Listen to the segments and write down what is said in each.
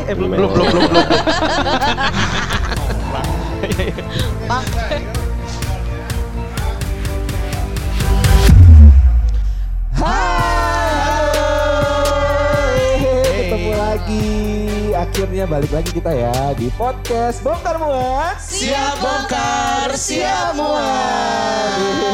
Belum. Bang. Ketemu lagi. Akhirnya balik lagi kita ya di podcast Bongkar Muat. Siap bongkar, siap muat.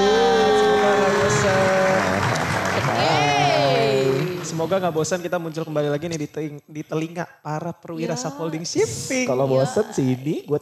Semoga gak bosan kita muncul kembali lagi nih di telinga para perwira Sapholding Shipping. Kalau bosen sini gue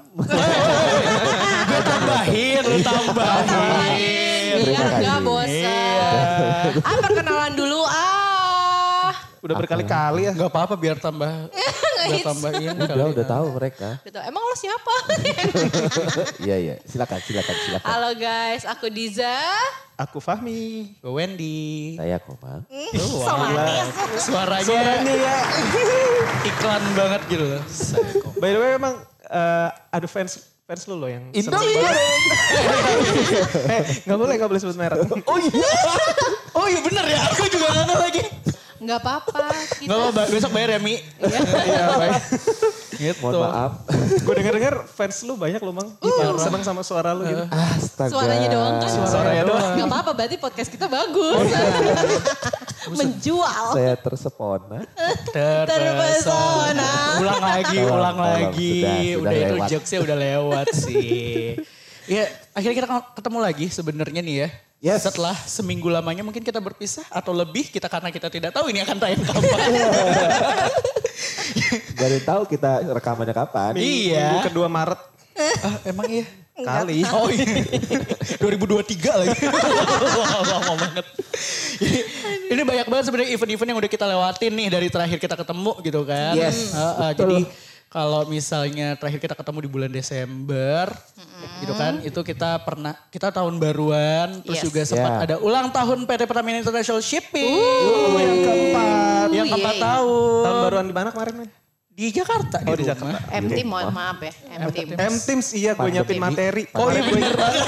Gue tambahin, lu tambahin. Terima Biar kasih. gak bosan. Perkenalan dulu Udah berkali-kali ya. Gak apa-apa biar tambah. Udah tambahin. Udah tahu mereka. Gitu. Emang lo siapa? Iya. Silakan. Halo guys, aku Diza. Aku Fahmi. Gue Wendy. Saya Komang. So manis. Suaranya ya. Iklan banget gitu loh. By the way emang ada fans lu loh yang Indomie goreng. Gak boleh sebut merek. Oh iya bener ya, aku juga gak tahu lagi. Gak apa-apa. Gak apa-apa, besok bayar ya Mi. Iya baik. Gitu. Mohon maaf. Gue denger fans lu banyak loh Mang. Seneng sama suara lu gitu. Astaga. Suaranya doang kan? Suaranya doang. Gak apa-apa, berarti podcast kita bagus. Menjual. Saya tersepona. Terpesona. Ulang lagi. Sudah Udah itu lewat. jokesnya udah lewat sih. Ya akhirnya kita ketemu lagi sebenarnya nih ya. Yes. Setelah seminggu lamanya mungkin kita berpisah atau lebih kita karena kita tidak tahu ini akan tayang kapan. Gak ada yang tahu kita rekamannya kapan. Iya. Minggu kedua Maret Emang iya? kali. Oh iya. 2023 lagi. Lama banget. Ini banyak banget sebenarnya event-event yang udah kita lewatin nih dari terakhir kita ketemu gitu kan. Yes, Jadi kalau misalnya terakhir kita ketemu di bulan Desember gitu kan. Itu kita tahun baruan. Terus Yes. juga sempat Yeah. ada ulang tahun PT Pertamina International Shipping. Yang keempat. Yang keempat yeay. tahun. Tahun baruan di mana kemarin men? Di Jakarta. Oh, di rumah. Jakarta. M-Team, mohon maaf ya. M-Team. M-Teams iya gue nyiapin materi. Oh iya bener banget.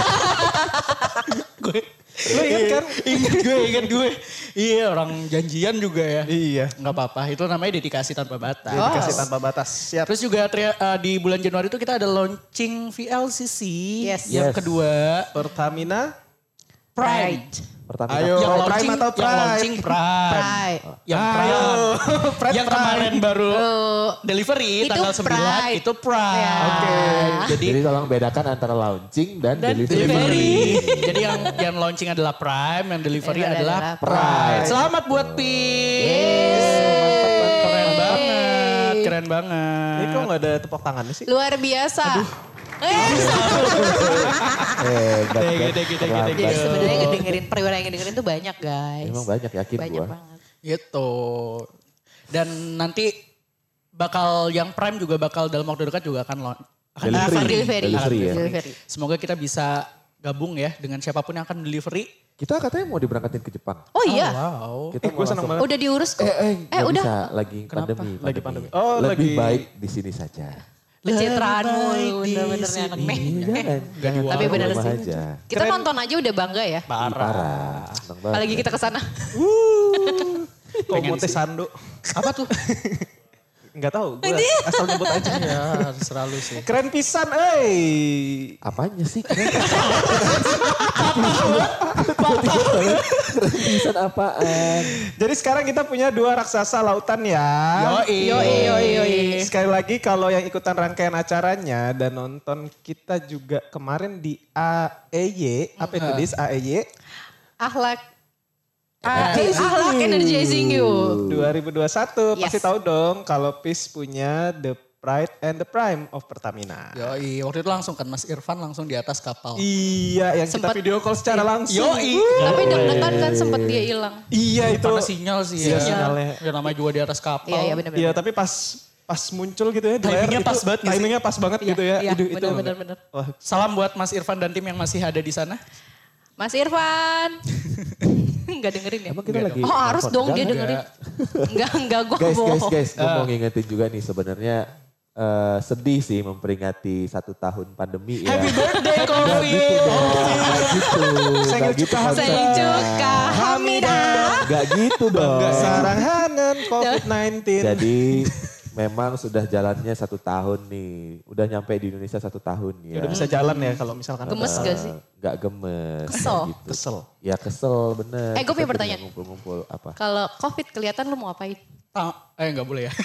Lu inget kan? Ingat gue. Iya orang janjian juga ya. Iya. Nggak apa-apa, itu namanya dedikasi tanpa batas. Dedikasi tanpa batas. Siap. Terus juga di bulan Januari itu kita ada launching VLCC. Yes. Yang Yes. kedua Pertamina. Pride. Pertamina. Ayo. yang Prime launching, atau Pride? yang launching Prime. Pride. Yang Prime. Pride, yang kemarin baru Oh, delivery itu tanggal 9 Pride. itu Prime. Ya. Oke. Jadi tolong bedakan antara launching dan delivery. Delivery. Jadi yang launching adalah Prime, yang delivery Yang adalah adalah Pride. Selamat buat Pis. Keren banget. Ini kok gak ada tepuk tangannya sih? luar biasa. Gede. Jadi sebenarnya ngedengerin perwira yang ngedengerin tuh banyak guys. Emang banyak yakin Banyak gua. banget. Gitu. Dan nanti yang Prime juga bakal dalam waktu dekat juga akan Delivery ya. Delivery. Semoga kita bisa gabung ya dengan siapapun yang akan delivery. Kita katanya mau diberangkatin ke Jepang. Oh iya. Wow. Kita Gue seneng banget. Udah diurus kok. Nggak udah. bisa lagi pandemi. Lagi pandemi. Oh, Lebih lagi- baik di sini saja. Pencitraanmu bener-bener anak nih. Jangan. Tapi bener Rumah sih. aja. Kita nonton aja udah bangga ya. Parah. Seneng banget. Apalagi kita kesana. Komote Sando. Apa tuh? Enggak tahu, gue asal nyebut aja. Ya terserah lu sih. Keren pisan, Apanya sih? Keren apaan? Jadi sekarang kita punya 2 raksasa lautan ya. Yoi. Sekali lagi kalau yang ikutan rangkaian acaranya dan nonton kita juga kemarin di AEY. Apa itu Dis? AEY? Akhlak. Akhlak energizing you. 2021 Yes. pasti tahu dong kalau PIS punya The Pride and the Prime of Pertamina. Yoi, waktu itu langsung kan Mas Irfan langsung di atas kapal. Iya, yang Sempet- kita video call secara langsung. Yoi. Tapi deg-degan kan sempet dia hilang. Iya itu. Karena sinyal sih Iya, ya. sinyalnya. Ya namanya juga di atas kapal. Iya benar-benar. Iya, tapi pas muncul gitu ya. di Timingnya layar pas itu, banget nggak sih? Timingnya pas banget gitu ya. Iya, Itu. benar-benar. Wah, Salam buat Mas Irfan dan tim yang masih ada di sana. Mas Irfan. Enggak dengerin ya? Emang kita lagi. Oh harus nelfon? dong dia Enggak. dengerin. Enggak gue Guys, gue mau ngingetin juga nih sebenarnya sedih sih memperingati 1 tahun pandemi ya. Happy birthday Gak COVID. gitu. Gak gitu konsepnya. Sayang juga Hamidah. Gak gitu dong. Sarangan COVID-19. Jadi memang sudah jalannya 1 tahun nih. Udah nyampe di Indonesia 1 tahun ya. Udah bisa jalan ya kalau misalkan. Gemes gak sih? Gak gemes. Kesel. Gitu. Kesel. Ya kesel bener. Gue punya Kita jadi pertanyaan. Ngumpul-ngumpul apa? Kalau COVID kelihatan lu mau ngapain? Nggak boleh ya.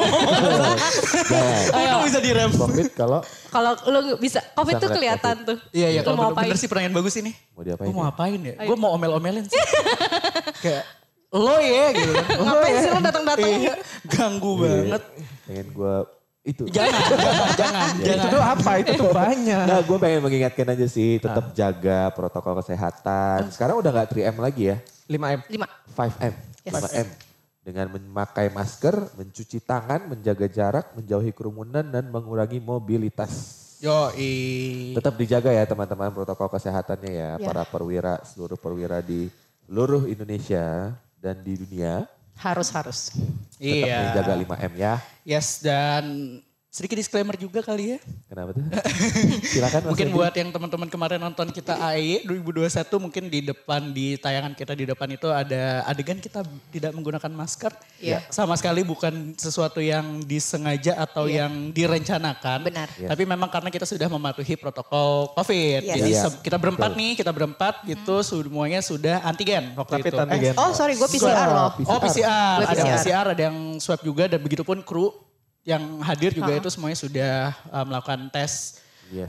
Jangan. Itu bisa direm. Covid kalau Kalau lu bisa, COVID Bisa tuh ngeliat kelihatan tuh. Iya, iya. Lu Kalau mau bener ngapain? sih pertanyaan bagus ini. mau diapain? Gue mau ya? ngapain ya? Ayo. Gue mau omel-omelin sih. Kayak lo ya gitu kan. Ngapain sih lu datang-datang? Iya, ganggu banget. Pengen gue itu. Jangan. Itu tuh apa? Itu tuh banyak. Nah, gue pengen mengingatkan aja sih, tetap jaga protokol kesehatan. Sekarang udah gak 3M lagi ya, 5M. 5. 5M. Yes. 5M. Dengan memakai masker, mencuci tangan, menjaga jarak, menjauhi kerumunan, dan mengurangi mobilitas. Yoi. Tetap dijaga ya teman-teman protokol kesehatannya ya. Ya. Para perwira, seluruh perwira di seluruh Indonesia dan di dunia. Harus. Tetap Iya. menjaga 5M ya. Yes, dan sedikit disclaimer juga kali ya. Kenapa tuh? Silakan Mas Mungkin Yedi. buat yang teman-teman kemarin nonton kita AEY 2021 mungkin di tayangan kita di depan itu ada adegan kita tidak menggunakan masker. Iya. Sama sekali bukan sesuatu yang disengaja atau Iya. yang direncanakan. Benar. Yes. Tapi memang karena kita sudah mematuhi protokol COVID. Yes. Jadi Iya. kita berempat Betul. nih, kita berempat gitu semuanya sudah antigen waktu Rapid itu. antigen. Oh sorry, gue PCR loh. Oh PCR, Gue ada PCR. PCR, ada yang swab juga dan begitupun kru yang hadir juga itu semuanya sudah melakukan tes Yes.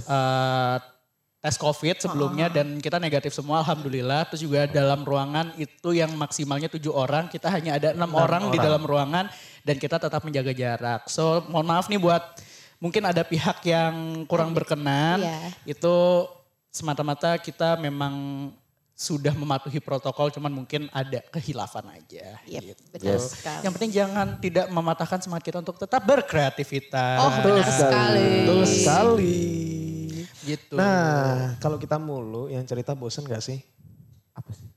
tes COVID sebelumnya dan kita negatif semua alhamdulillah. Terus juga dalam ruangan itu yang maksimalnya 7 orang, kita hanya ada 6 orang di dalam ruangan dan kita tetap menjaga jarak. So mohon maaf nih buat mungkin ada pihak yang kurang berkenan. Iya. Itu semata-mata kita memang sudah mematuhi protokol cuman mungkin ada kehilafan aja. Yep, gitu. betul Yes. sekali. Yang penting jangan tidak mematahkan semangat kita untuk tetap berkreativitas. Oh benar sekali. Betul sekali. Gitu. Nah, kalau kita mulu yang cerita bosen gak sih? Apa sih?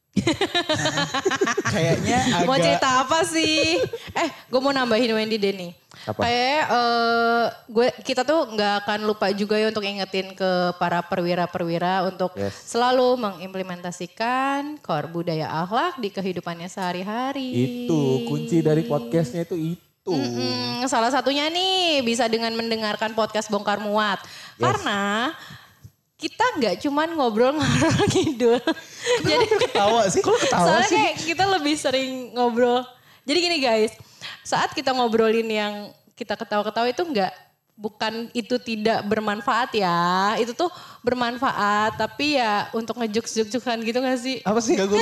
Kayaknya agak... Mau cerita apa sih? Gue mau nambahin Wendy deh nih. Apa? Kayak kita tuh nggak akan lupa juga ya untuk ingetin ke para perwira-perwira untuk Yes. selalu mengimplementasikan core budaya akhlak di kehidupannya sehari-hari. Itu kunci dari podcastnya itu. Salah satunya nih bisa dengan mendengarkan podcast Bongkar Muat. Karena kita nggak cuman ngobrol-ngobrol gitu. Jadi Ketawa sih. Kok ketawa soalnya sih? kayak kita lebih sering ngobrol. Jadi gini guys, saat kita ngobrolin yang kita ketawa-ketawa itu bukan itu tidak bermanfaat ya. Itu tuh bermanfaat tapi ya untuk ngejuk-juk-jukan gitu gak sih? Apa sih? Gue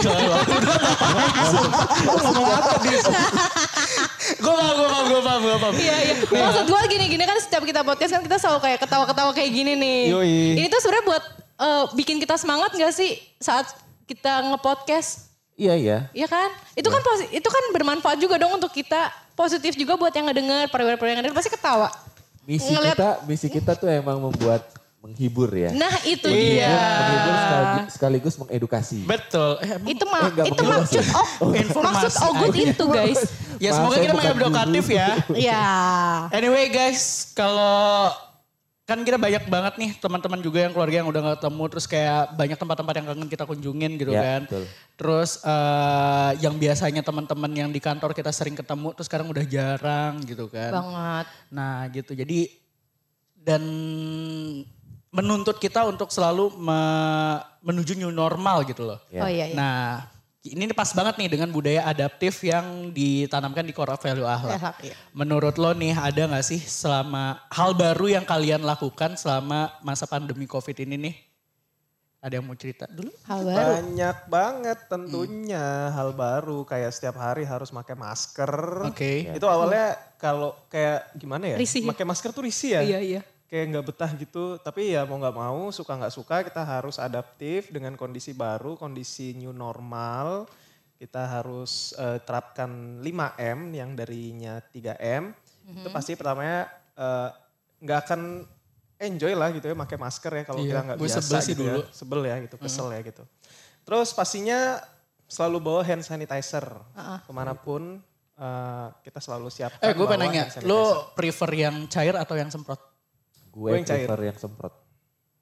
paham. Iya. Maksud gue gini-gini kan setiap kita podcast kan kita selalu kayak ketawa-ketawa kayak gini nih. Yoi. Ini tuh sebenarnya buat bikin kita semangat gak sih saat kita nge-podcast? Iya. Iya kan? Itu kan itu kan bermanfaat juga dong untuk kita. Positif juga buat yang ngedenger, perwira-perwira yang ngedenger pasti ketawa. Misi kita tuh emang membuat menghibur ya. Nah itu Menghibur, dia. menghibur sekaligus mengedukasi. Betul. Itu enggak itu menghibur maksud maksud Informasi Ogut aja. itu guys. Ya Maaf, semoga saya kita bukan mengedukatif guru. ya. Ya. Anyway guys, kalau kan kita banyak banget nih teman-teman juga yang keluarga yang udah gak ketemu. Terus kayak banyak tempat-tempat yang kangen kita kunjungin gitu Ya, kan. betul. Terus yang biasanya teman-teman yang di kantor kita sering ketemu. Terus sekarang udah jarang gitu kan. Banget. Nah gitu jadi dan menuntut kita untuk selalu menuju new normal gitu loh. Ya. Oh iya. Nah ini pas banget nih dengan budaya adaptif yang ditanamkan di core value akhlak. Akhlak, iya. Menurut lo nih ada gak sih selama hal baru yang kalian lakukan selama masa pandemi COVID ini nih? Ada yang mau cerita dulu? Hal baru. Banyak banget tentunya hal baru kayak setiap hari harus pakai masker. Oke. Itu awalnya kalau kayak gimana ya? Risih. Pakai masker tuh risih ya. Iya. Kayak nggak betah gitu. Tapi ya mau nggak mau, suka nggak suka kita harus adaptif dengan kondisi baru, kondisi new normal. Kita harus terapkan 5M yang darinya 3M. Itu pasti pertamanya nggak akan enjoy lah gitu ya pakai masker ya kalau Iya, kita nggak gue biasa sebel sih gitu dulu. ya. Sebel ya gitu, kesel ya gitu. Terus pastinya selalu bawa hand sanitizer. Kemanapun kita selalu siapkan. Gue pengen bawa nanya, hand sanitizer. lo prefer yang cair atau yang semprot? Gue Gue yang cair. prefer yang semprot.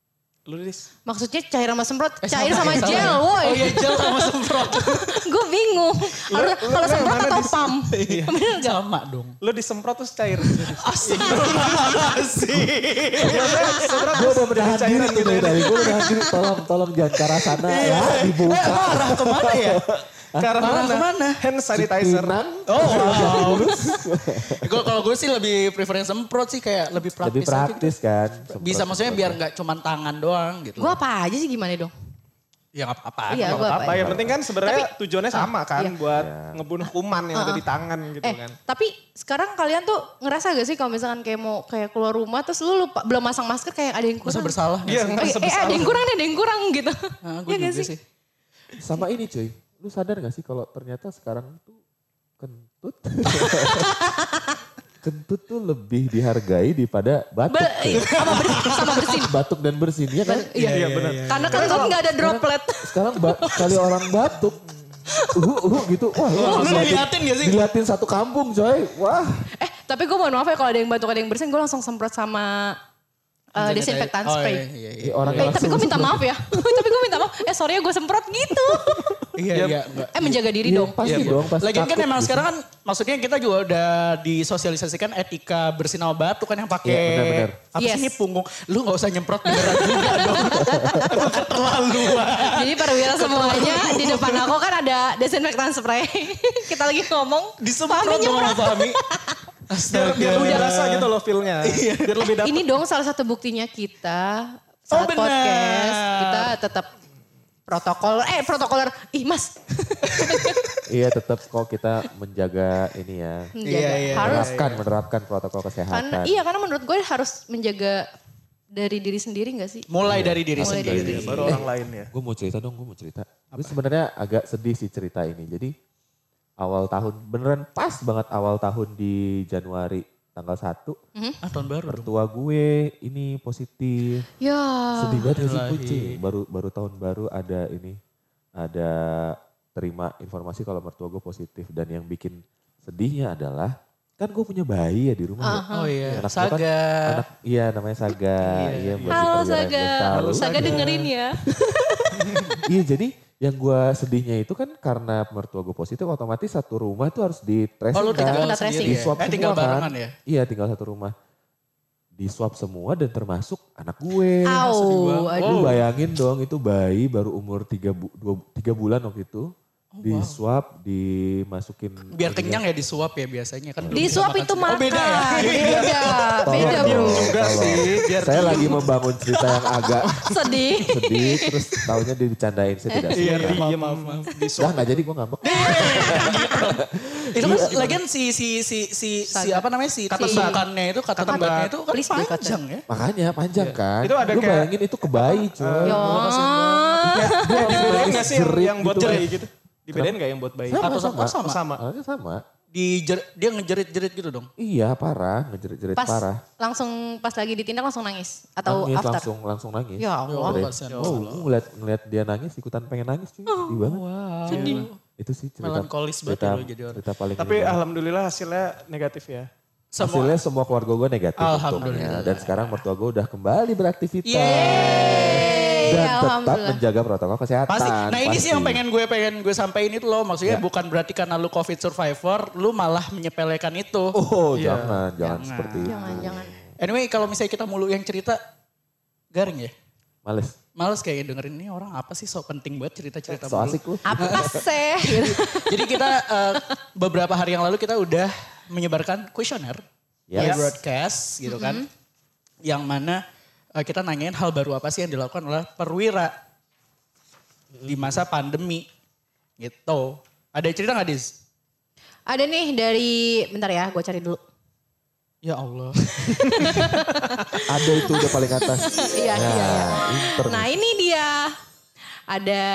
Lu Dis. Maksudnya cair sama semprot, cair sama gel, woi. Oh iya gel sama semprot. Gue bingung. Kalau semprot atau pump? Iya. Bener gak? Sama dong. Lu disemprot terus cair. Gue udah menahan diri tuh dari tadi. Gue menahan diri. Tolong jangan ke arah sana ya. Dibuka. Arah kemana ya? Karena kemana? hand sanitizer. Oh wow. Kalau gue sih lebih prefer yang semprot sih kayak lebih praktis. Lebih praktis kan. Bisa maksudnya biar nggak cuma tangan doang gitu. Gue apa aja sih gimana dong? Ya nggak apa-apa. Iya, Gak gue apa-apa, yang penting kan sebenarnya tujuannya sama kan iya. buat ngebunuh kuman yang ada di tangan gitu kan. Tapi sekarang kalian tuh ngerasa gak sih kalau misalkan kayak mau kayak keluar rumah terus lu lupa, belum masang masker kayak ada yang kurang. Masa bersalah nggak Iya, sih? ngerasa bersalah. Ada yang kurang gitu. Gue Iya gak juga sih. Sama ini cuy. Lu sadar gak sih kalau ternyata sekarang tuh kentut. Kentut tuh lebih dihargai daripada batuk. Sama bersin. Batuk dan bersin, ya kan? Iya benar. Karena kentut gak ada droplet. Sekarang sekali orang batuk, gitu. Wah, Lu diliatin gak sih? Diliatin satu kampung coy. Wah. Tapi gue mohon maaf ya kalau ada yang batuk ada yang bersin gue langsung semprot sama desinfektan spray. Iya. Orang Tapi gue minta maaf ya. Tapi gue minta maaf. Sorry ya gue semprot gitu. Iya. Menjaga diri Iya, dong. pasti dong, pasti. Lagian kan takut emang gitu. sekarang kan maksudnya kita juga udah disosialisasikan etika bersin sama batuk kan yang pakai Iya, benar-benar. apa Yes. sih ini punggung. Lu gak usah nyemprot beneran juga dong. Keterlaluan. Jadi perwira semuanya di depan aku kan ada desinfektan spray. Kita lagi ngomong. Disemprot Fahmi dong sama nyemprot. Fahmi. Biar lebih berasa gitu loh feel-nya. Biar lebih dapet. Ini dong salah satu buktinya kita Oh, saat benar. podcast kita tetap protokoler. Ih mas. Iya tetap kok kita menjaga ini ya. Menjaga. Iya. Harus. Menerapkan protokol kesehatan. Karena menurut gue harus menjaga dari diri sendiri gak sih? Mulai dari diri Mulai sendiri. dari diri Baru orang lain ya. Gue mau cerita dong, gue mau cerita. Gue sebenarnya agak sedih sih cerita ini. Jadi awal tahun, beneran pas banget awal tahun di Januari tanggal 1. Tahun baru dong. Mertua gue ini positif. Ya. Sedih banget ya sih kucing. Baru tahun baru ada terima informasi kalau mertua gue positif. Dan yang bikin sedihnya adalah kan gue punya bayi ya di rumah. Ya. Oh iya. Anak gue kan, Saga. iya namanya Saga. Iya, buat Halo perwira yang Saga. belum tahu. Saga dengerin ya. Iya jadi yang gue sedihnya itu kan karena mertua gue positif otomatis satu rumah tuh harus di tracing Oh lu tinggal Kena sendiri tracing. di ya? swab semua Tinggal kan. barengan ya? Iya tinggal satu rumah. Di swab semua dan termasuk anak gue. Au, aduh. Lu bayangin dong itu bayi baru umur 3 bulan waktu itu. Di swab, dimasukin. Biar kenyang ya disuap ya biasanya kan. belum Di bisa swab makan itu sendiri. makan. Oh beda ya? Beda bro. Juga sih. Biar Saya lagi membangun cerita yang agak Sedih. sedih terus taunya dibercandain saya tidak Iya, suka. diem. Dah nggak jadi gue ngambek. Itu kan lagian si apa namanya si Kata tusukannya itu kata tembatnya itu kan Please, dikata. panjang ya. Makanya panjang kan. Itu ada Lu kayak- bayangin itu ke bayi coy. Ya. Dia harus dibedain nangis gak sih jerit yang buat gitu. bayi gitu? Dibedain gak yang buat bayi? Atau Sama. sama. Awalnya sama. Dia ngejerit-jerit gitu dong. Iya parah, ngejerit-jerit Pas parah. langsung pas lagi ditindak langsung nangis atau Nangis after. langsung nangis. Ya Allah. Allah. Kasihan. Oh, ngeliat dia nangis ikutan pengen nangis cuy. Sedih banget. Itu sih cerita. Melankolis banget ya lu jadi orang. Cerita paling Tapi ini. alhamdulillah hasilnya negatif ya. Hasilnya semua keluarga gue negatif untungnya. Dan sekarang mertua gue udah kembali beraktivitas. Dan tetap Alhamdulillah. menjaga protokol kesehatan. Pasti. Nah ini sih yang pasti. pengen gue sampein itu loh. Maksudnya bukan berarti karena lu COVID survivor, lu malah menyepelekan itu. Oh jangan seperti itu. Jangan. Anyway kalau misalnya kita mulu yang cerita, garing ya. Males. Males kayak dengerin ini orang apa sih sok penting banget cerita-cerita So mulu. asik lu. Apa sih? Jadi kita beberapa hari yang lalu kita udah menyebarkan kuesioner di Yes. broadcast gitu kan. Yang mana kita nanyain hal baru apa sih yang dilakukan oleh perwira di masa pandemi gitu. Ada cerita gak Diz? Ada nih dari, bentar ya gue cari dulu. Ya Allah. Ada itu udah paling atas. Iya. Inter. Nah ini dia. Ada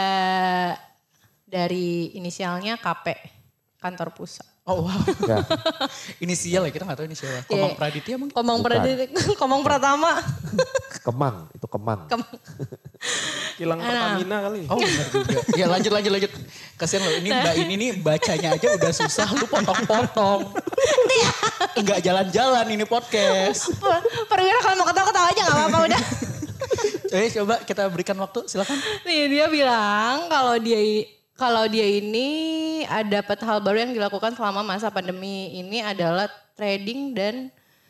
dari inisialnya KP, kantor pusat. Oh wow. Ya. Inisial ya kita gak tahu inisial. Komang Praditya mungkin. Komong Pratama. Kemang, itu kemang. Kilang Pertamina kali. Oh benar juga. Ya lanjut. Kasian loh ini Mbak ini nih bacanya aja udah susah lu potong-potong. Enggak jalan-jalan ini podcast. Perwira kalau mau ketawa-ketawa aja gak apa-apa udah. Coba kita berikan waktu, silakan. Nih dia bilang kalau dia ini dapat hal baru yang dilakukan selama masa pandemi ini adalah trading dan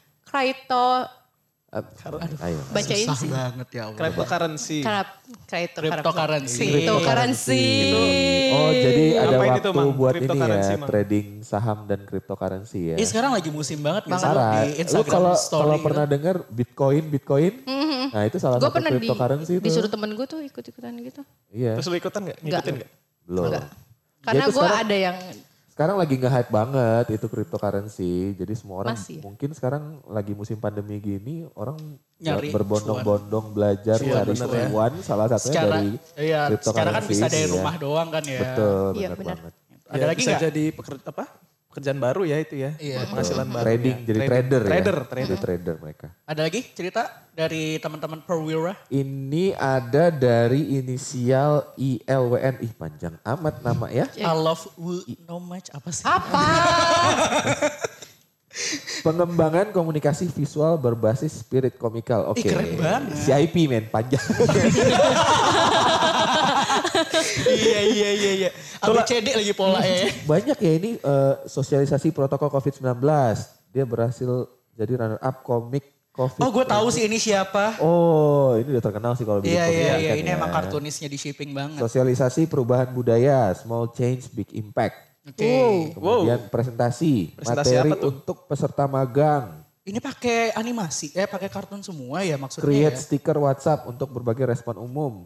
Ayo. bacain Susah sih. banget ya Allah. Cryptocurrency. Cryptocurrency. Cryptocurrency. Oh jadi ada Ngapain waktu itu, Mang? buat ini Cryptocurrency, ya, Mang? trading saham dan cryptocurrency ya. Sekarang lagi musim banget nggak sih lo Sarah, di lu Instagram kalau story gitu? pernah dengar Bitcoin, nah itu salah Gue satu pernah cryptocurrency itu. disuruh temen gue tuh ikut-ikutan gitu. Iya, Terus lu ikutan gak? Ngikutin gak? belum. Enggak. Karena Dia tuh gue sekarang- ada yang Sekarang lagi nge-hype banget itu cryptocurrency. Jadi semua orang Masih ya? mungkin sekarang lagi musim pandemi gini orang Nyari berbondong-bondong belajar Cuan, cari bener ya. cuan salah satunya secara dari secara kan bisa dari ya. rumah doang kan ya. Betul, Iya, benar benar. banget. Ada lagi bisa nggak? jadi pekerjaan baru ya itu ya. Iya. Penghasilan baru. Trading, ya. jadi trader ya. Trader. Jadi trader mereka. Ada lagi cerita dari teman-teman Perwira? Ini ada dari inisial ILWN. Ih panjang amat nama ya. I love you no much apa sih? apa? Pengembangan komunikasi visual berbasis spirit komikal. Oke. keren banget. CIP men, panjang. Iya. ABCD lagi pola ya. Banyak ya ini sosialisasi protokol COVID-19. Dia berhasil jadi runner up komik COVID. Oh gue tahu sih ini siapa. Oh ini udah terkenal sih kalau bikin komik Iya. kan Ini ya. emang kartunisnya di shipping banget. Sosialisasi perubahan budaya, small change, big impact. Oke. Kemudian presentasi, Presentasi materi apa tuh? untuk peserta magang. Ini pakai animasi, pakai kartun semua ya maksudnya Create ya. stiker WhatsApp untuk berbagi respon umum.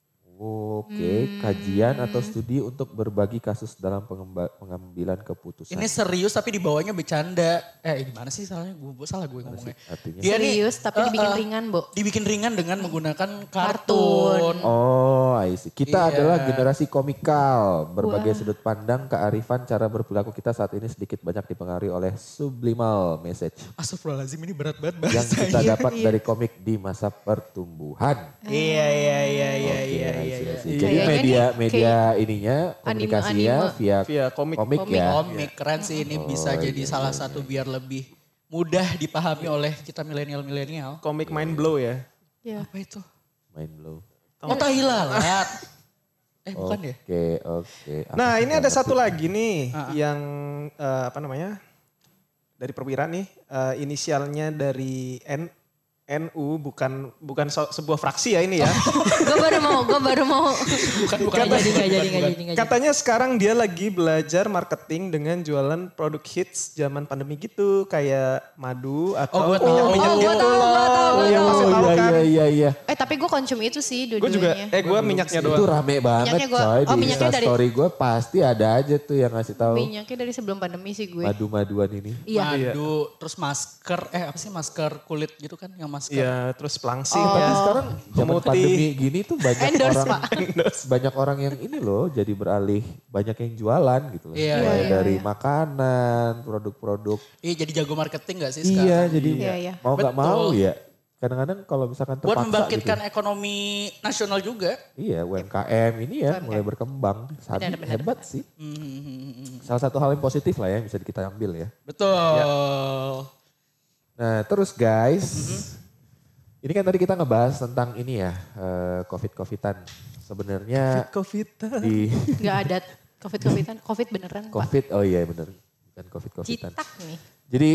Oke, kajian atau studi untuk berbagi kasus dalam pengambilan keputusan. Ini serius tapi dibawanya bercanda. Gimana sih salahnya? Gue salah gue ngomongnya. Artinya? Iya nih, Serius tapi dibikin ringan, Bo. Dibikin ringan dengan menggunakan Kartun. kartun. Oh, I see. Kita Iya. adalah generasi komikal. Berbagai sudut pandang, kearifan, cara berperilaku kita saat ini sedikit banyak dipengaruhi oleh subliminal message Astagfirullahaladzim ini berat banget yang bahasanya. kita dapat dari komik di masa pertumbuhan. Iya. I see. Jadi Kayaknya media ininya komunikasinya anime. via komik. komik ya. Komik keren sih ini bisa jadi salah satu biar lebih mudah dipahami oleh kita milenial-milenial. Komik mind blow ya. Ya. Apa itu? Mind blow. Oh Tahilalat. Bukan ya? Oke. Nah ini ada satu lagi nih yang apa namanya dari perwira nih inisialnya dari NU bukan sebuah fraksi ya ini ya. Gue baru mau. Bukan. Nggak jadi. Katanya sekarang dia lagi belajar marketing dengan jualan produk hits zaman pandemi gitu kayak madu atau gue tahu. minyak-minyak Oh, gitu gue tahu, gue tahu. Yang masih tahu kan? Iya. Tapi gue konsum itu sih Gue juga, dua-duanya. gue minyaknya Itu doang. rame banget Minyaknya gua- coy. oh, Di minyaknya dari- Instastory gue pasti ada aja tuh yang ngasih tahu Minyaknya dari sebelum pandemi sih gue. madu-maduan ini. Iya. Madu, terus masker, apa sih masker kulit gitu kan yang masker. Iya, terus pelangsing Tapi ya. sekarang zaman Pemutih. pandemi gini tuh banyak Endorse, orang Pak. banyak orang yang ini loh jadi beralih banyak yang jualan gitu loh. Iya, Mulai iya, dari iya. makanan, produk-produk. Iya jadi jago marketing gak sih Iya, sekarang? jadi Iya. mau nggak Betul. mau ya. Kadang-kadang kalau misalkan Buat terpaksa membangkitkan gitu. ekonomi nasional juga. Iya, UMKM ini ya mulai berkembang. Sabi Benar. hebat sih. Salah satu hal yang positif lah ya bisa kita ambil ya. Betul. Nah terus guys, ini kan tadi kita ngebahas tentang ini ya, COVID-COVIDan. Sebenarnya Covid. di Gak ada COVID-COVIDan. COVID beneran Pak. COVID, oh iya bener, bukan COVID-COVIDan. Citak nih. Jadi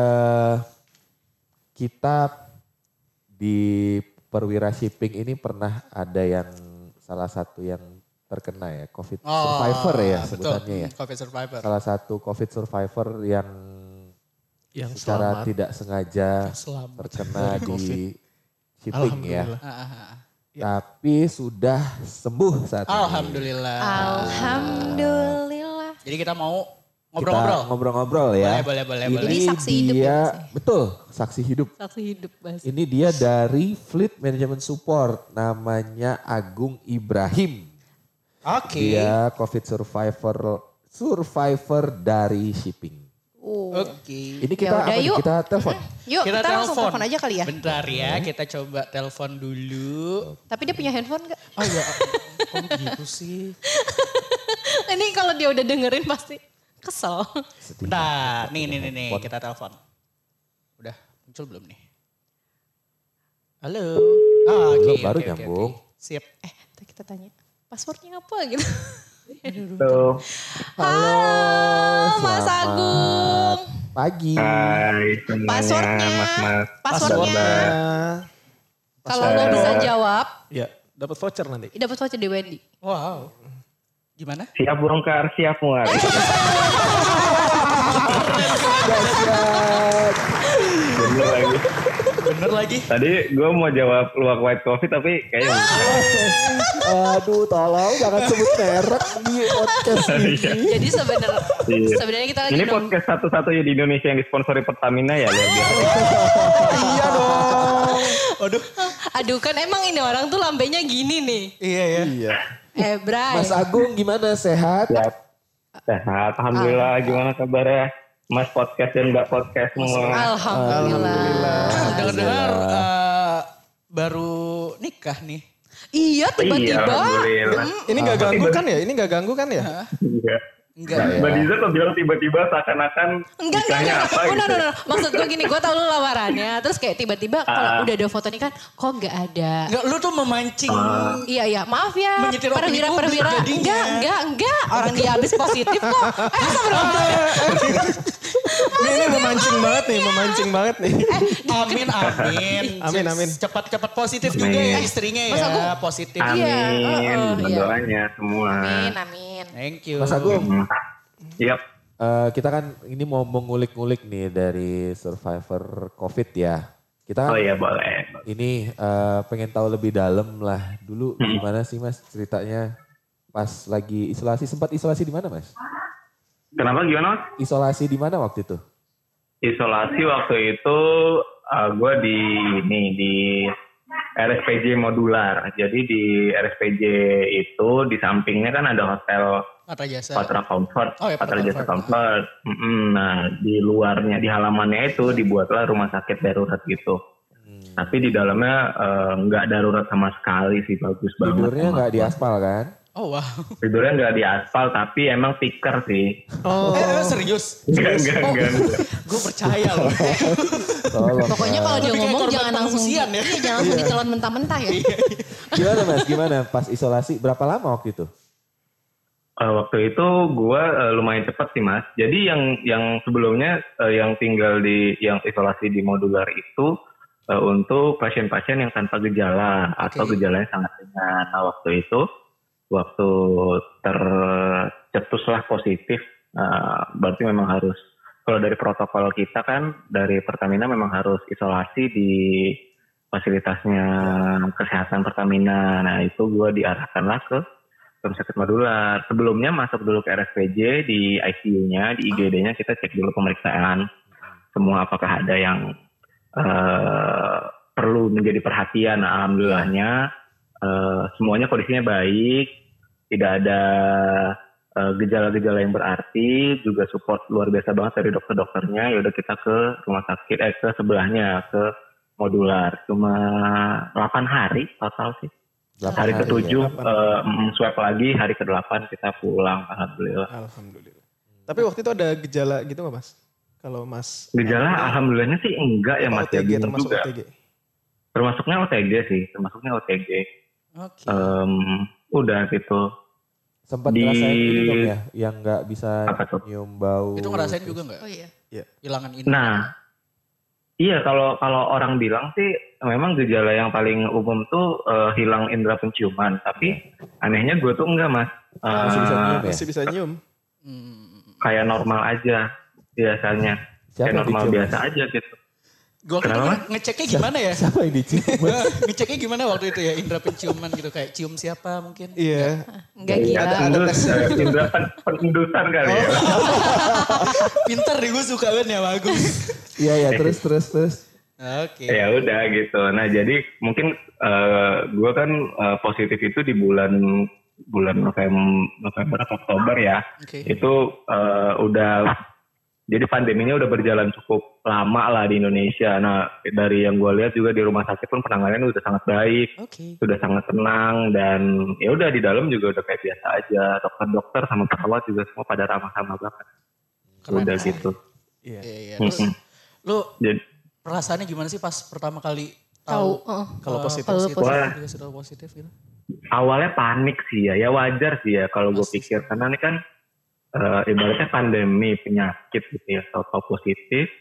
kita di Perwira Shipping ini pernah ada yang salah satu yang terkena ya, COVID survivor ya sebutannya ya. COVID survivor. Salah satu COVID survivor yang Yang secara selamat. tidak sengaja Selamat. terkena Dari di COVID. shipping ya. Alhamdulillah. Tapi sudah sembuh saat ini. Alhamdulillah. Alhamdulillah. Jadi kita mau Kita ngobrol-ngobrol. ngobrol-ngobrol ya. Boleh. Ini saksi hidup dia, ya, Mas, ya? betul, saksi hidup. Saksi hidup bahasa. Ini dia dari Fleet Management Support, namanya Agung Ibrahim. Oke. Dia COVID survivor dari shipping. Oh. Oke. Ini kita Yaudah, apa nih? yuk. Kita telepon. Yuk kita langsung telepon aja kali ya. Bentar ya, kita coba telepon dulu. Tapi dia punya handphone gak? Oh ya, kok gitu sih? Ini kalau dia udah dengerin pasti kesel. Bentar, nih, kita telepon. Udah muncul belum nih? Halo. Ah, oke. Belum, baru oke, oke, nyambung. oke. Sip. Ntar kita tanya, passwordnya apa gitu. Tuh. Halo Mas selamat Agung. Pagi. Hai semuanya, Passwordnya, mas-mas. passwordnya. Kalau lo bisa jawab, Ya, dapat voucher nanti. dapat voucher di Wendy. Wow. Gimana? Siap bongkar, siap muat. Bener lagi. Bener lagi. Tadi gue mau jawab luwak white coffee tapi kayaknya Aduh, tolong jangan sebut merek di podcast ini. Jadi Iya. sebenarnya kita lagi Ini podcast satu-satunya di Indonesia yang disponsori Pertamina ya, luar biasa. Iya dong. Aduh. Aduh kan emang ini orang tuh lambenya gini nih. Iya ya. Iya. Bray. Mas Agung gimana, sehat? Siap. Sehat, alhamdulillah. Gimana kabarnya? Mas podcast dan Mbak podcast semua. Alhamdulillah. Dengar-dengar baru nikah nih. Iya Iya, tiba-tiba. alhamdulillah. Ini gak ganggu kan ya? Ini gak ganggu kan ya? Enggak. Enggak. Mbak Diza tuh bilang tiba-tiba seakan-akan Enggak. nikahnya apa gitu. No. Maksud gue gini, gue tau lu lamarannya. Terus kayak tiba-tiba kalau udah ada foto nih kan, kok nggak ada. Enggak, lu tuh memancing. Iya, maaf ya. Menyetir opini publik Perwira. jadinya. Enggak. Orang dia habis positif kok. Ini memancing banget nih. Amin. Amin. Cepat positif juga Amin. ya istrinya Mas ya. Agung. Positif. Amin, Iya, iya. berdoanya semua. Amin. Thank you. Mas Agung, Yap. kita kan ini mau mengulik-ngulik nih dari survivor COVID ya. Kita kan Oh iya boleh. ini pengen tahu lebih dalam lah. Dulu gimana sih Mas ceritanya pas lagi isolasi? Sempat isolasi di mana Mas? Kenapa gimana Mas? Isolasi di mana waktu itu? Isolasi waktu itu gue di RSPJ modular. Jadi di RSPJ itu di sampingnya kan ada hotel Patra Jasa. Patra Comfort, Oh ya, Patra Patra Jasa Comfort. Comfort. Nah di luarnya, di halamannya itu dibuatlah rumah sakit darurat gitu. Tapi di dalamnya nggak darurat sama sekali sih, bagus banget. Tidurnya nggak di aspal kan? Oh wow. Tidurnya nggak di aspal, tapi emang tikar sih. Oh. Serius? Enggak. Gue percaya loh. Tolong. Pokoknya kalau dia Lebih kayak ngomong korban jangan langsung pengungsian ya. Iya, jangan langsung ditelan mentah-mentah ya. Gimana Mas? Gimana pas isolasi? Berapa lama waktu itu? Waktu itu gue lumayan cepat sih Mas. Jadi yang sebelumnya yang tinggal yang isolasi di modular itu untuk pasien-pasien yang tanpa gejala atau gejalanya sangat ringan. Nah waktu tercetuslah positif, berarti memang harus, kalau dari protokol kita kan dari Pertamina memang harus isolasi di fasilitasnya kesehatan Pertamina. Nah itu gue diarahkanlah ke rumah sakit modular. Sebelumnya masuk dulu ke RSPJ di ICU-nya, di IGD-nya kita cek dulu pemeriksaan semua apakah ada yang perlu menjadi perhatian. Nah, alhamdulillahnya semuanya kondisinya baik, tidak ada gejala-gejala yang berarti, juga support luar biasa banget dari dokter-dokternya. Ya udah kita ke rumah sakit, ke sebelahnya, ke modular. Cuma 8 hari total sih. Hari ke-7 swab lagi, hari ke-8 kita pulang, alhamdulillah. Alhamdulillah. Tapi waktu itu ada gejala gitu nggak Mas? Kalau Mas Gejala alhamdulillahnya sih enggak ya Mas, ya OTG bingung termasuk juga. OTG. Termasuknya OTG sih, Oke. Udah gitu. Sempat Di- ngerasain ini dong ya, yang nggak bisa Apa tuh? nyium bau. Itu ngerasain juga nggak? Oh iya. Hilangan ini. Nah, iya kalau orang bilang sih memang gejala yang paling umum tuh hilang indera penciuman. Tapi anehnya gue tuh enggak Mas. Masih bisa nyium ya? Masih bisa nyium. Kayak normal aja biasanya. Siapa Kayak yang normal dicium, biasa Mas? aja gitu. Gue Kenapa? ngeceknya gimana ya? Siapa yang dicium? Ngeceknya gimana waktu itu ya? Indra penciuman gitu. Kayak cium siapa mungkin? Iya. Enggak gila. Endus, indera penendusan kali ya. Pinter deh, gue suka banget ya bagus. Iya terus. Oke. Ya udah gitu. Nah jadi mungkin gue kan positif itu di bulan November atau Oktober ya. Oke. Itu udah, jadi pandeminya udah berjalan cukup lama lah di Indonesia. Nah dari yang gue lihat juga di rumah sakit pun penanganannya udah sangat baik, Oke. sudah sangat tenang, dan ya udah di dalam juga udah kayak biasa aja. Dokter-dokter sama perawat juga semua pada ramah-ramah banget. Keren Udah sih. gitu. Iya. Iya. Terus lu Jadi perasaannya gimana sih pas pertama kali Tahu. Kalau positif Kalau sih, positif. juga sudah positif gitu. Awalnya panik sih ya wajar sih ya kalau gue Pasti pikir karena ini kan ibaratnya pandemi penyakit gitu ya, tahu positif,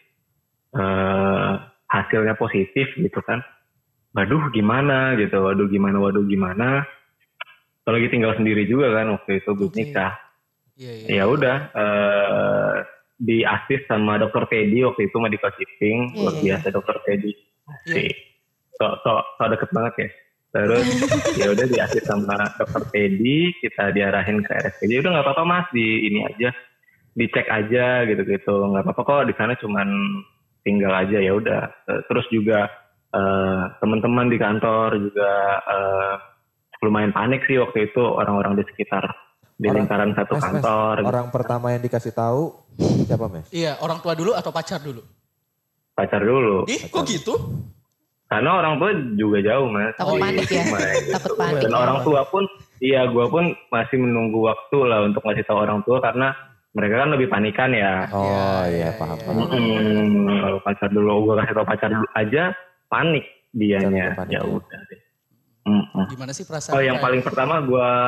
hasilnya positif gitu kan. Waduh gimana gitu, waduh gimana. Kalau lagi tinggal sendiri juga kan waktu itu belum Oke. nikah. Iya. Ya udah di asis sama dokter Teddy waktu itu medical shipping, luar biasa dokter Teddy. Iya. So deket banget ya. Terus ya udah di asis sama dokter Teddy, kita diarahin ke RSPJ. Udah nggak apa-apa mas, di ini aja, dicek aja gitu-gitu. Nggak apa-apa kok di sana cuman tinggal aja ya udah. Terus juga teman-teman di kantor juga lumayan panik sih waktu itu orang-orang di sekitar di lingkaran satu Mes, kantor. orang pertama yang dikasih tahu siapa Mes? Iya, orang tua dulu atau pacar dulu? Pacar dulu. Ih, kok gitu? Karena orang tua juga jauh mas. Takut panik ya. Takut panik. Dan orang tua pun, iya gue pun masih menunggu waktu lah untuk ngasih tahu orang tua karena mereka kan lebih panikan ya. Oh iya paham. Kalau pacar dulu gue kasih tahu pacar dulu aja panik dianya. Panik, Ya ya. udah deh. Gimana sih perasaan? Oh yang paling pertama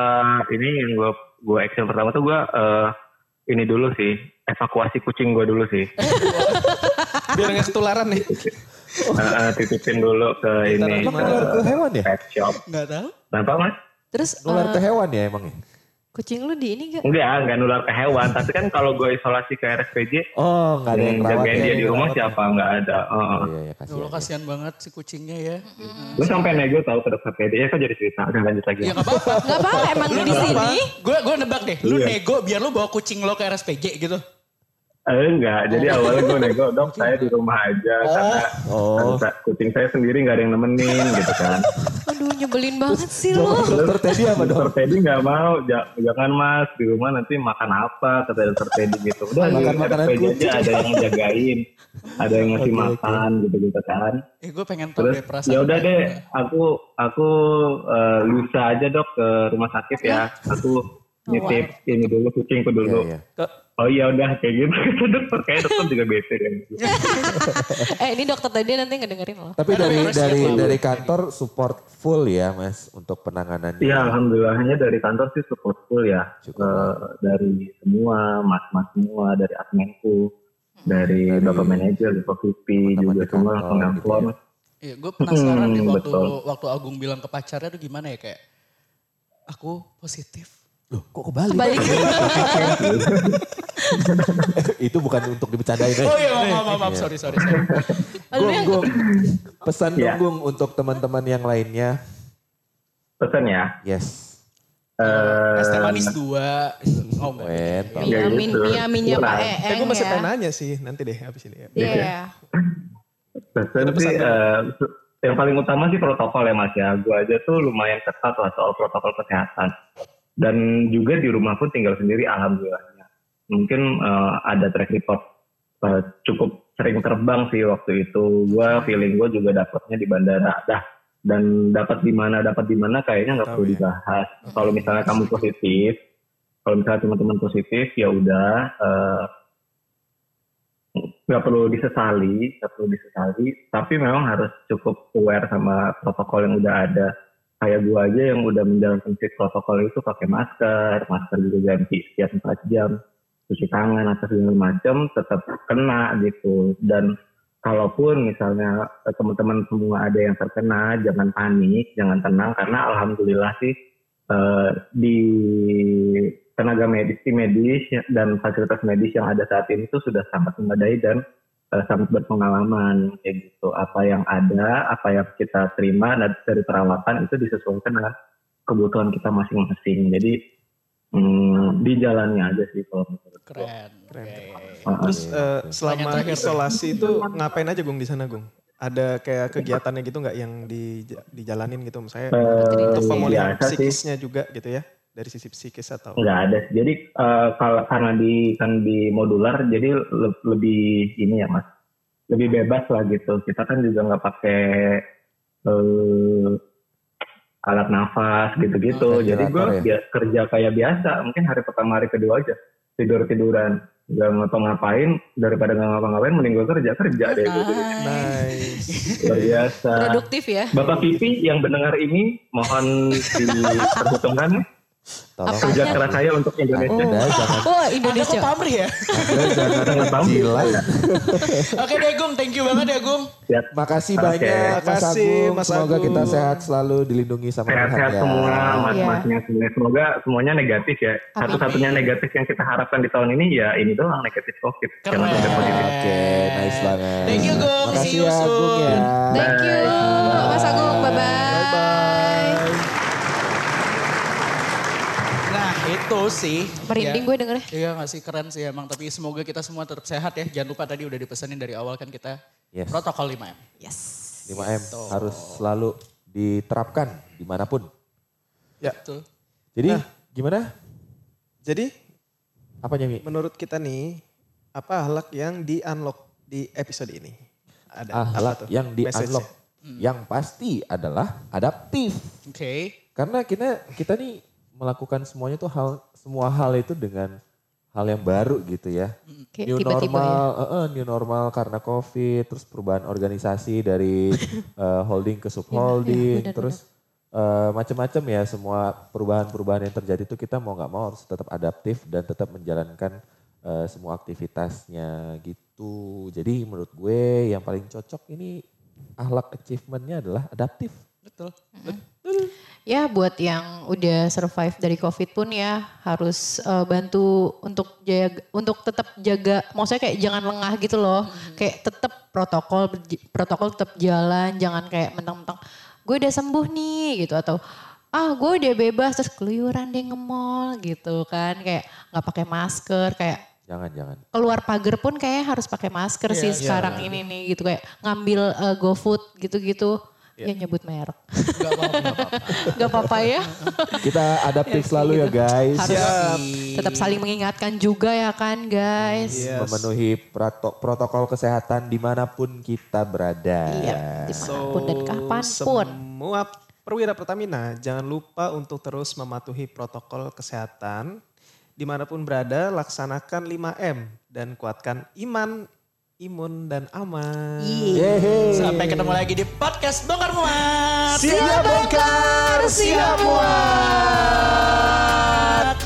gue action pertama tuh gue ini dulu sih, evakuasi kucing gue dulu sih. Biar nggak ketularan nih. Titipin dulu ke ini Emang nular ke hewan ya? pet shop. Nggak tahu. Kenapa mas? Terus Nular ke hewan ya emangnya? kucing lu di ini gak? Enggak nular ke hewan. Tapi kan kalau gue isolasi ke RSPJ, Oh nggak ada yang rawat jagain ya? dia di rumah siapa? Nggak ada. Oh, iya, Ya Allah, kasihan banget si kucingnya ya. Gue sampai nego tahu ke dokter PD, kok jadi cerita. Udah lanjut lagi. Ya nggak apa-apa. Gak apa-apa emang lu di sini. Gue nebak deh, lu Iya. nego biar lu bawa kucing lo ke RSPJ gitu. Enggak, jadi awalnya gue nego, dok saya di rumah aja. Karena Oh. kucing saya sendiri nggak ada yang nemenin gitu kan. Aduh nyebelin banget sih lu. Dokter Teddy apa dong? Dokter Teddy nggak mau, jangan mas di rumah nanti makan apa kata dokter Teddy gitu. Udah di Makan makanan RSPJ aja kucing. ada yang jagain, ada yang ngasih Oke, makan gitu kan. Gue pengen tahu Terus deh perasaan. ya udah mereka. deh, aku lusa aja dok ke rumah sakit ya. Aku nitip ini dulu kucingku dulu. Iya. Oh iya udah kayak gitu kata dokter, kayak dokter juga bete kan. Ini dokter tadi nanti ngedengerin loh. Tapi dari kantor support full ya Mas untuk penanganannya. Iya alhamdulillahnya dari kantor sih support full ya. Syukur. Dari semua mas-mas semua, dari adminku, dari bapak manajer, bapak VP Teman-teman juga di semua kantor langsung gitu nelfon. Iya, gue penasaran deh betul. waktu Agung bilang ke pacarnya tuh gimana ya kayak aku positif. Loh kok kebalik? Balik. Itu bukan untuk dibicarain. Oh iya maaf sorry. Gung, pesan Ya. dong Gung untuk teman-teman yang lainnya. Pesan ya. Yes. Es teh manis 2. Oh enggak. Wen, Pak. Ya gitu. Miaminnya Pak Kurang. Eeng Gue masih ya. pengen nanya sih nanti deh habis ini ya. Iya. Pesan sih yang paling utama sih protokol ya mas ya. Gue aja tuh lumayan ketat lah soal protokol kesehatan. Dan juga di rumah pun tinggal sendiri alhamdulillahnya. Mungkin ada track record cukup sering terbang sih waktu itu. Gue feeling gue juga dapatnya di bandara. Dan dapat di mana kayaknya nggak perlu dibahas. Kalau misalnya kamu positif, kalau misalnya teman-teman positif ya udah nggak perlu disesali. Tapi memang harus cukup aware sama protokol yang udah ada. Kayak gue aja yang udah menjalankan protokol itu pakai masker juga ganti setiap 4 jam, cuci tangan atau segala macam tetap kena gitu. Dan kalaupun misalnya teman-teman semua ada yang terkena, jangan panik, jangan tenang karena alhamdulillah sih di tenaga medis, tim medis dan fasilitas medis yang ada saat ini tuh sudah sangat memadai dan sangat berpengalaman kayak gitu. Apa yang ada, apa yang kita terima dari perawatan itu disesuaikan dengan kebutuhan kita masing-masing. Jadi di jalannya aja sih kalau menurut gue. Keren. Terus selama Terakhir. isolasi itu ngapain aja Gung di sana Gung? Ada kayak kegiatannya gitu nggak yang dijalanin gitu misalnya untuk pemulihan biasa sih. psikisnya juga gitu ya dari sisi psikis atau? Nggak ada. Jadi karena di modular jadi lebih ini ya mas, lebih bebas lah gitu. Kita kan juga nggak pakai alat nafas gitu-gitu. Jadi gue ventilator ya? kerja kayak biasa. Mungkin hari pertama hari kedua aja tiduran. nggak ngapa-ngapain, daripada nggak ngapa-ngapain mending gue kerja deh gitu. Nice. Luar biasa. Produktif ya. Bapak Pipi yang mendengar ini mohon diperhitungkan Tolong kerja keras saya untuk Indonesia. Anda jangan Oh, Anda Indonesia. kok pamrih ya? Anda jangan jilat. Oke deh Gung, thank you banget ya Gung. Siap. Makasih Oke. banyak Mas Makasih, Agung. Mas Semoga Agung. kita sehat selalu, dilindungi sama Tuhan Sehat-sehat ya. semua mas-masnya semuanya. Semoga semuanya negatif ya. Amin. Satu-satunya negatif yang kita harapkan di tahun ini ya ini doang, negatif COVID. Keren. Jangan sampai positif. Oke, nice banget. Thank you, Gung. Makasih See you ya Agung soon. ya. Thank you Mas Agung. Bye-bye. Bye. Nah itu sih. Merinding gue dengernya. Iya gak sih, keren sih emang. Tapi semoga kita semua tetap sehat ya. Jangan lupa tadi udah dipesanin dari awal kan kita Yes. protokol 5M. Yes. 5M harus selalu diterapkan dimanapun. Ya, Betul. Jadi Nah. gimana? jadi Apanya Mi? menurut kita nih, apa akhlak yang di-unlock di episode ini? Ada apa Akhlak tuh yang di message-nya? unlock. Yang pasti adalah adaptif. Oke. Karena kita nih melakukan semuanya tuh semua hal itu dengan hal yang baru gitu ya. Kayak New tiba-tiba normal, new normal karena COVID, terus perubahan organisasi dari holding ke subholding, benar, terus macam-macam ya, semua perubahan-perubahan yang terjadi itu kita mau nggak mau harus tetap adaptif dan tetap menjalankan semua aktivitasnya gitu. Jadi menurut gue yang paling cocok ini akhlak achievementnya adalah adaptif. Betul. Ya buat yang udah survive dari COVID pun ya harus bantu untuk tetap jaga, maksudnya kayak jangan lengah gitu loh. Kayak tetap protokol tetap jalan, jangan kayak mentang-mentang gue udah sembuh nih gitu, atau gue udah bebas terus keluyuran deh nge-mall gitu kan, kayak nggak pakai masker, kayak Jangan. keluar pagar pun kayak harus pakai masker sih sekarang ini nih gitu, kayak ngambil GoFood gitu-gitu. Ya nyebut merek. Gak apa-apa ya. Kita adaptif selalu ya guys. Harus tetap saling mengingatkan juga ya kan guys. Yes. Memenuhi protokol kesehatan dimanapun kita berada. Iya, dimanapun dan kapanpun. Semua perwira Pertamina jangan lupa untuk terus mematuhi protokol kesehatan. Dimanapun berada, laksanakan 5M dan kuatkan iman, imun, dan aman. Yeay. Sampai ketemu lagi di podcast Bongkar Muat. Siap bongkar, siap muat.